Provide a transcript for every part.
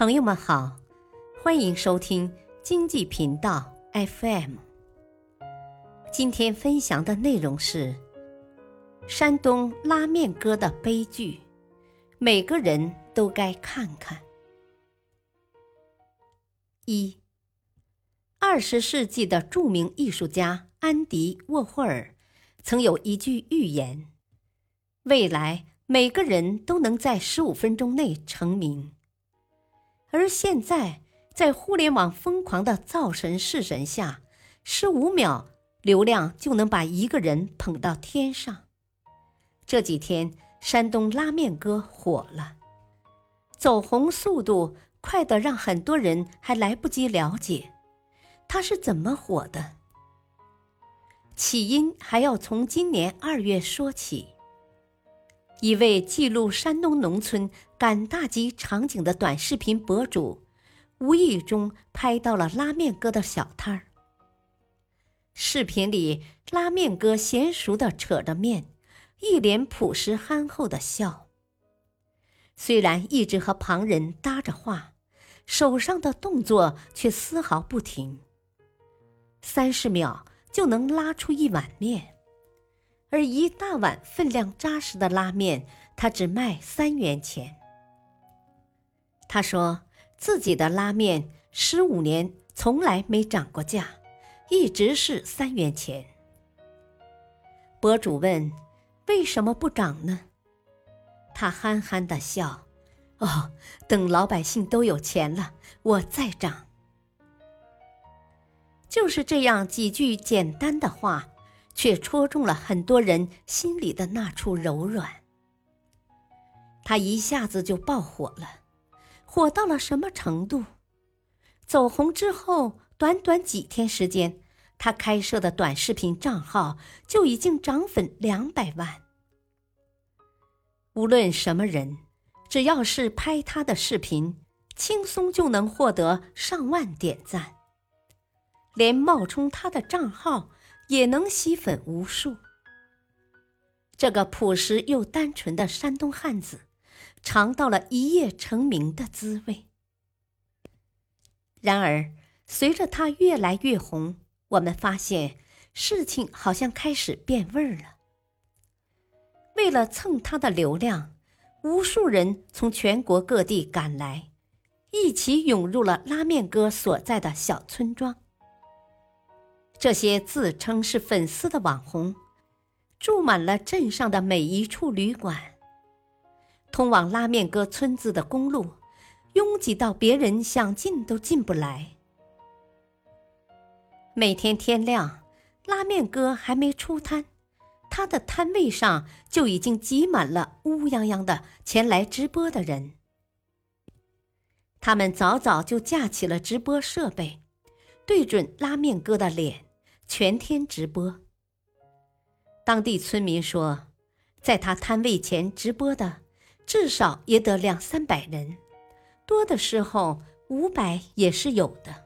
朋友们好，欢迎收听经济频道 FM。 今天分享的内容是山东拉面哥的悲剧，每个人都该看看。20世纪的著名艺术家安迪·沃霍尔曾有一句预言：未来每个人都能在15分钟内成名。而现在，在互联网疯狂的造神弑神下，15秒流量就能把一个人捧到天上。这几天，山东拉面哥火了，走红速度快得让很多人还来不及了解他是怎么火的。起因还要从今年2月说起。一位记录山东农村赶大集场景的短视频博主，无意中拍到了拉面哥的小摊儿。视频里，拉面哥娴熟地扯着面，一脸朴实憨厚的笑。虽然一直和旁人搭着话，手上的动作却丝毫不停。30秒就能拉出一碗面。而一大碗分量扎实的拉面，他只卖3元钱。他说自己的拉面15年从来没涨过价，一直是3元钱。博主问为什么不涨呢？他憨憨地笑，等老百姓都有钱了，我再涨。就是这样几句简单的话，却戳中了很多人心里的那处柔软。他一下子就爆火了，火到了什么程度？走红之后，短短几天时间，他开设的短视频账号就已经涨粉200万。无论什么人，只要是拍他的视频，轻松就能获得上万点赞，连冒充他的账号也能吸粉无数。这个朴实又单纯的山东汉子，尝到了一夜成名的滋味。然而，随着他越来越红，我们发现事情好像开始变味儿了。为了蹭他的流量，无数人从全国各地赶来，一起涌入了拉面哥所在的小村庄。这些自称是粉丝的网红，住满了镇上的每一处旅馆。通往拉面哥村子的公路，拥挤到别人想进都进不来。每天天亮，拉面哥还没出摊，他的摊位上就已经挤满了乌泱泱的前来直播的人。他们早早就架起了直播设备，对准拉面哥的脸，全天直播。当地村民说，在他摊位前直播的至少也得200-300人，多的时候500也是有的。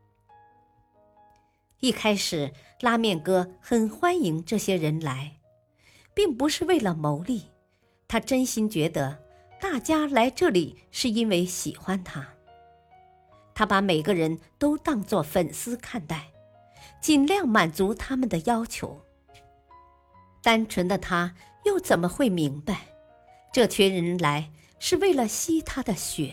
一开始，拉面哥很欢迎这些人来，并不是为了牟利，他真心觉得大家来这里是因为喜欢他。他把每个人都当作粉丝看待，尽量满足他们的要求。单纯的他又怎么会明白，这群人来是为了吸他的血？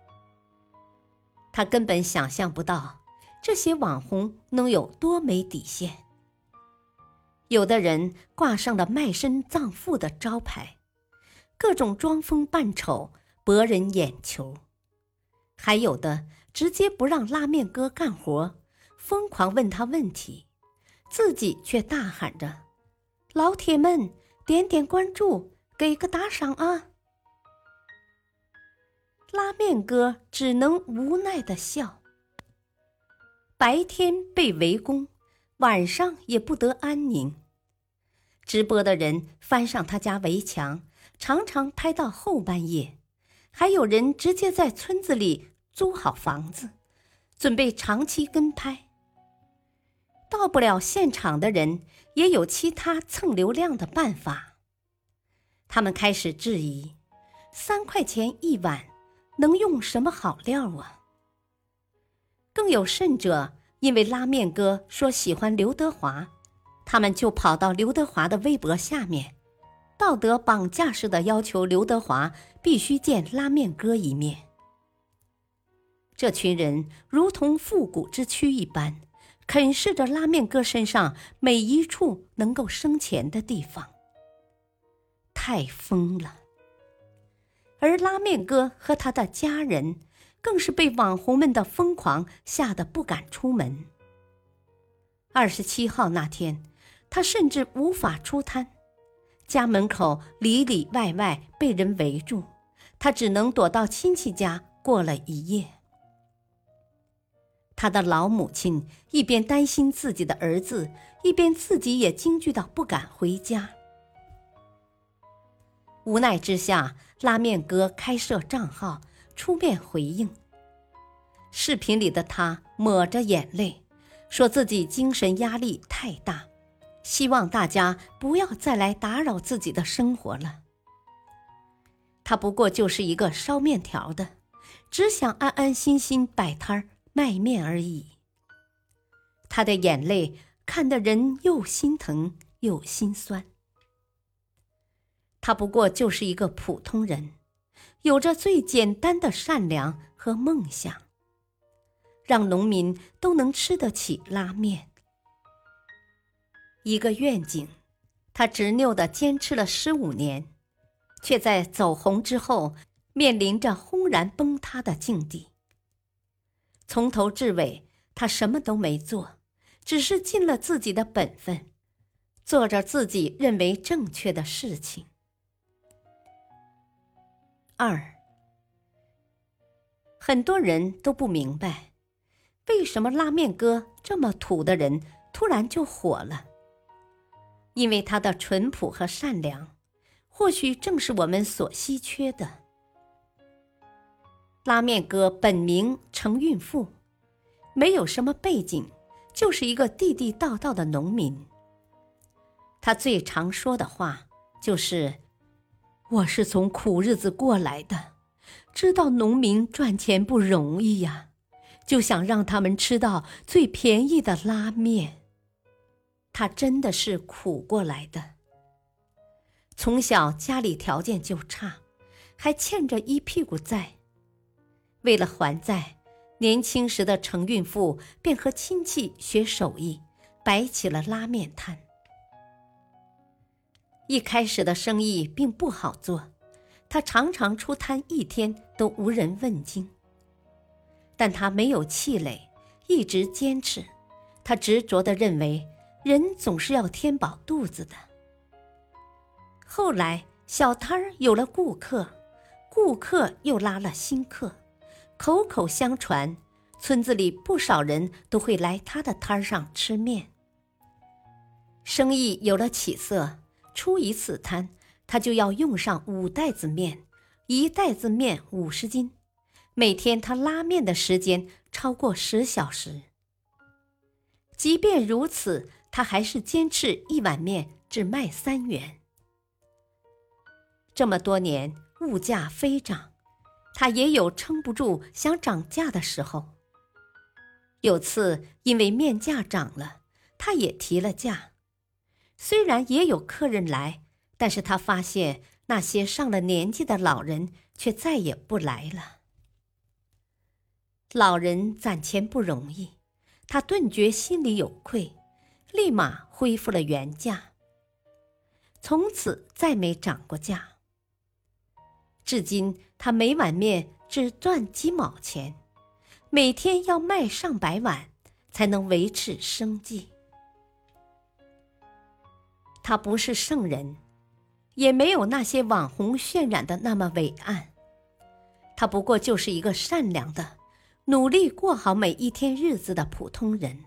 他根本想象不到这些网红能有多没底线。有的人挂上了卖身葬父的招牌，各种装疯扮丑，博人眼球。还有的直接不让拉面哥干活，疯狂问他问题，自己却大喊着：老铁们，点点关注，给个打赏啊！拉面哥只能无奈地笑。白天被围攻，晚上也不得安宁。直播的人翻上他家围墙，常常拍到后半夜，还有人直接在村子里租好房子，准备长期跟拍。到不了现场的人也有其他蹭流量的办法。他们开始质疑，3块钱一碗， 能用什么好料啊？更有甚者，因为拉面哥说喜欢刘德华，他们就跑到刘德华的微博下面，道德绑架似的要求刘德华必须见拉面哥一面。这群人如同复古之躯一般，啃噬着拉面哥身上每一处能够生钱的地方，太疯了。而拉面哥和他的家人更是被网红们的疯狂吓得不敢出门。27号那天，他甚至无法出摊，家门口里里外外被人围住，他只能躲到亲戚家过了一夜。他的老母亲一边担心自己的儿子，一边自己也惊惧到不敢回家。无奈之下，拉面哥开设账号，出面回应。视频里的他抹着眼泪，说自己精神压力太大，希望大家不要再来打扰自己的生活了。他不过就是一个烧面条的，只想安安心心摆摊儿卖面而已。他的眼泪看得人又心疼又心酸。他不过就是一个普通人，有着最简单的善良和梦想，让农民都能吃得起拉面。一个愿景，他执拗地坚持了15年，却在走红之后面临着轰然崩塌的境地。从头至尾，他什么都没做，只是尽了自己的本分，做着自己认为正确的事情。2，很多人都不明白，为什么拉面哥这么土的人突然就火了？因为他的淳朴和善良，或许正是我们所稀缺的。拉面哥本名程运富，没有什么背景，就是一个地地道道的农民。他最常说的话就是我是从苦日子过来的，知道农民赚钱不容易呀，就想让他们吃到最便宜的拉面。他真的是苦过来的。从小家里条件就差，还欠着一屁股债。为了还债，年轻时的程运富便和亲戚学手艺，摆起了拉面摊。一开始的生意并不好做，他常常出摊一天都无人问津。但他没有气馁，一直坚持。他执着地认为，人总是要填饱肚子的。后来，小摊儿有了顾客，顾客又拉了新客，口口相传，村子里不少人都会来他的摊儿上吃面。生意有了起色，出一次摊，他就要用上5袋子面，1袋子面50斤，每天他拉面的时间超过10小时。即便如此，他还是坚持1碗面只卖3元。这么多年，物价飞涨，他也有撑不住想涨价的时候。有次因为面价涨了，他也提了价。虽然也有客人来，但是他发现那些上了年纪的老人却再也不来了。老人攒钱不容易，他顿觉心里有愧，立马恢复了原价，从此再没涨过价。至今他每碗面只赚几毛钱，每天要卖上百碗，才能维持生计。他不是圣人，也没有那些网红渲染的那么伟岸，他不过就是一个善良的，努力过好每一天日子的普通人。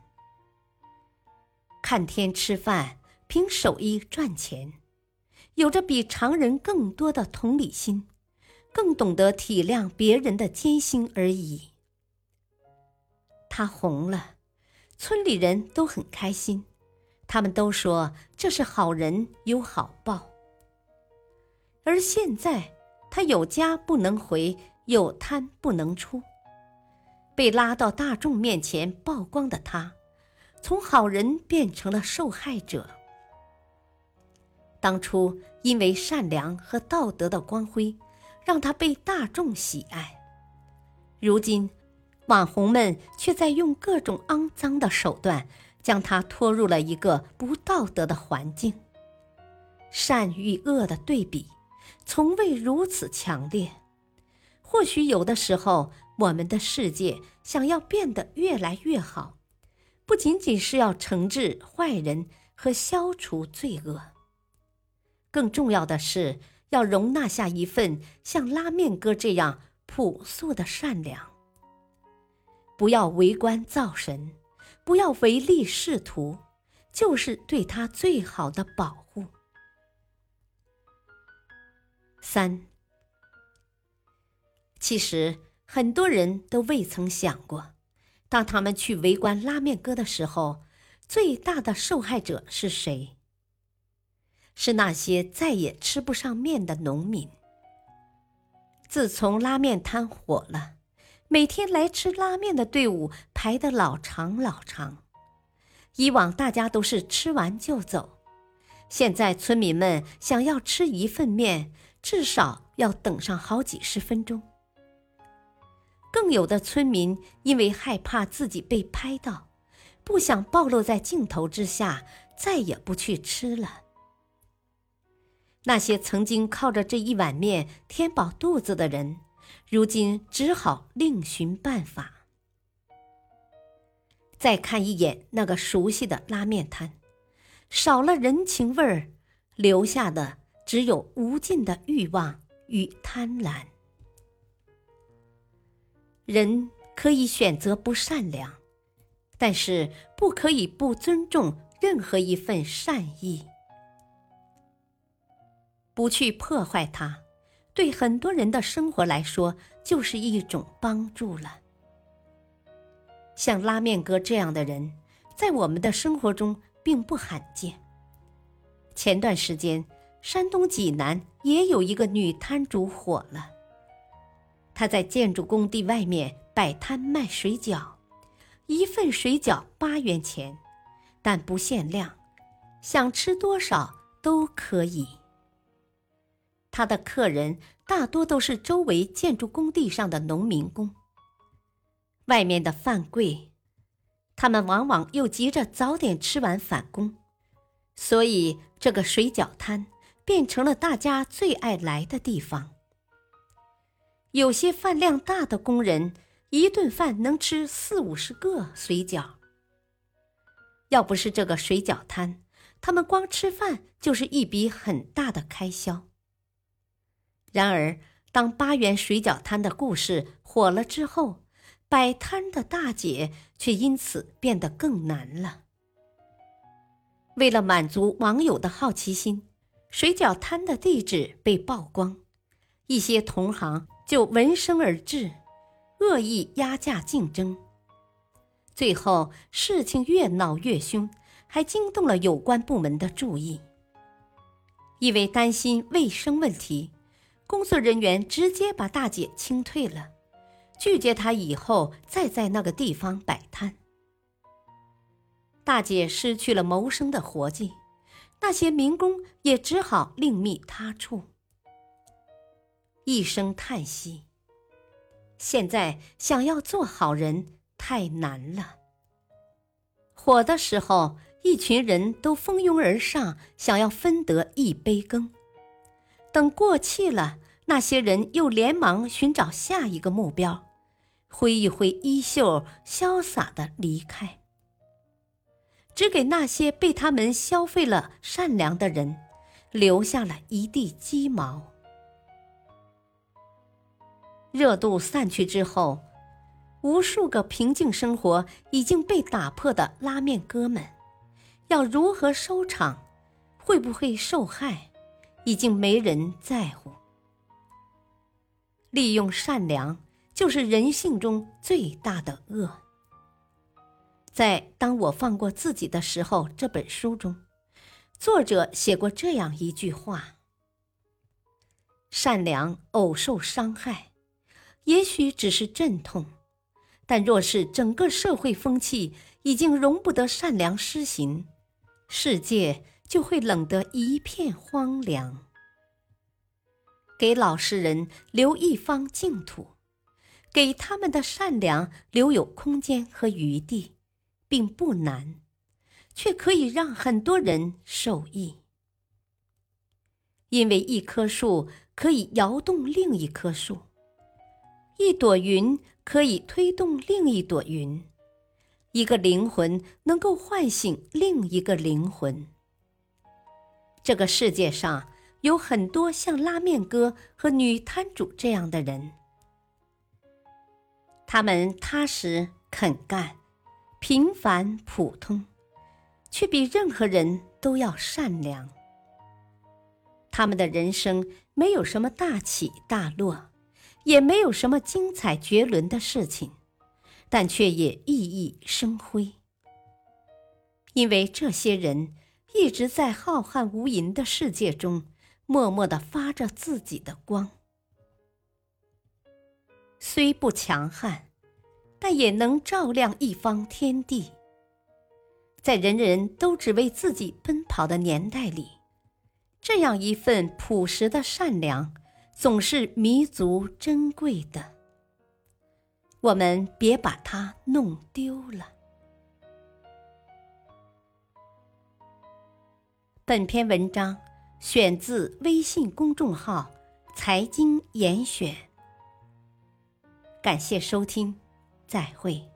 看天吃饭，凭手艺赚钱，有着比常人更多的同理心，更懂得体谅别人的艰辛而已。他红了，村里人都很开心，他们都说这是好人有好报。而现在他有家不能回， 有贪不能出。被拉到大众面前曝光的他，从好人变成了受害者。当初因为善良和道德的光辉，让他被大众喜爱，如今网红们却在用各种肮脏的手段将他拖入了一个不道德的环境。善与恶的对比从未如此强烈。或许有的时候，我们的世界想要变得越来越好，不仅仅是要惩治坏人和消除罪恶，更重要的是要容纳下一份像拉面哥这样朴素的善良。不要为官造神，不要唯利是图，就是对他最好的保护。3. 其实很多人都未曾想过，当他们去围观拉面哥的时候，最大的受害者是谁？是那些再也吃不上面的农民。自从拉面摊火了，每天来吃拉面的队伍排得老长老长。以往大家都是吃完就走，现在村民们想要吃一份面，至少要等上好几十分钟。更有的村民因为害怕自己被拍到，不想暴露在镜头之下，再也不去吃了。那些曾经靠着这一碗面填饱肚子的人，如今只好另寻办法。再看一眼那个熟悉的拉面摊，少了人情味儿，留下的只有无尽的欲望与贪婪。人可以选择不善良，但是不可以不尊重任何一份善意。不去破坏它，对很多人的生活来说就是一种帮助了。像拉面哥这样的人，在我们的生活中并不罕见。前段时间，山东济南也有一个女摊主火了。她在建筑工地外面摆摊卖水饺，一份水饺8元钱，但不限量，想吃多少都可以。他的客人大多都是周围建筑工地上的农民工。外面的饭贵，他们往往又急着早点吃完返工，所以这个水饺摊变成了大家最爱来的地方。有些饭量大的工人，一顿饭能吃40-50个水饺。要不是这个水饺摊，他们光吃饭就是一笔很大的开销。然而，当8元水饺摊的故事火了之后，摆摊的大姐却因此变得更难了。为了满足网友的好奇心，水饺摊的地址被曝光，一些同行就闻声而至，恶意压价竞争。最后事情越闹越凶，还惊动了有关部门的注意。因为担心卫生问题，工作人员直接把大姐清退了，拒绝她以后再在那个地方摆摊。大姐失去了谋生的活计，那些民工也只好另觅他处。一声叹息，现在想要做好人太难了。火的时候，一群人都蜂拥而上，想要分得一杯羹。等过气了，那些人又连忙寻找下一个目标，挥一挥衣袖，潇洒地离开。只给那些被他们消费了善良的人，留下了一地鸡毛。热度散去之后，无数个平静生活已经被打破的拉面哥们，要如何收场，会不会受害，已经没人在乎。利用善良，就是人性中最大的恶。在《当我放过自己的时候》这本书中，作者写过这样一句话：善良偶受伤害， 也许只是阵痛，但若是整个社会风气已经容不得善良施行，世界就会冷得一片荒凉。给老实人留一方净土，给他们的善良留有空间和余地，并不难，却可以让很多人受益。因为一棵树可以摇动另一棵树，一朵云可以推动另一朵云，一个灵魂能够唤醒另一个灵魂。这个世界上有很多像拉面哥和女摊主这样的人，他们踏实肯干，平凡普通，却比任何人都要善良。他们的人生没有什么大起大落，也没有什么精彩绝伦的事情，但却也熠熠生辉。因为这些人一直在浩瀚无垠的世界中默默地发着自己的光，虽不强悍，但也能照亮一方天地。在人人都只为自己奔跑的年代里，这样一份朴实的善良总是弥足珍贵的，我们别把它弄丢了。本篇文章选自微信公众号财经严选，感谢收听，再会。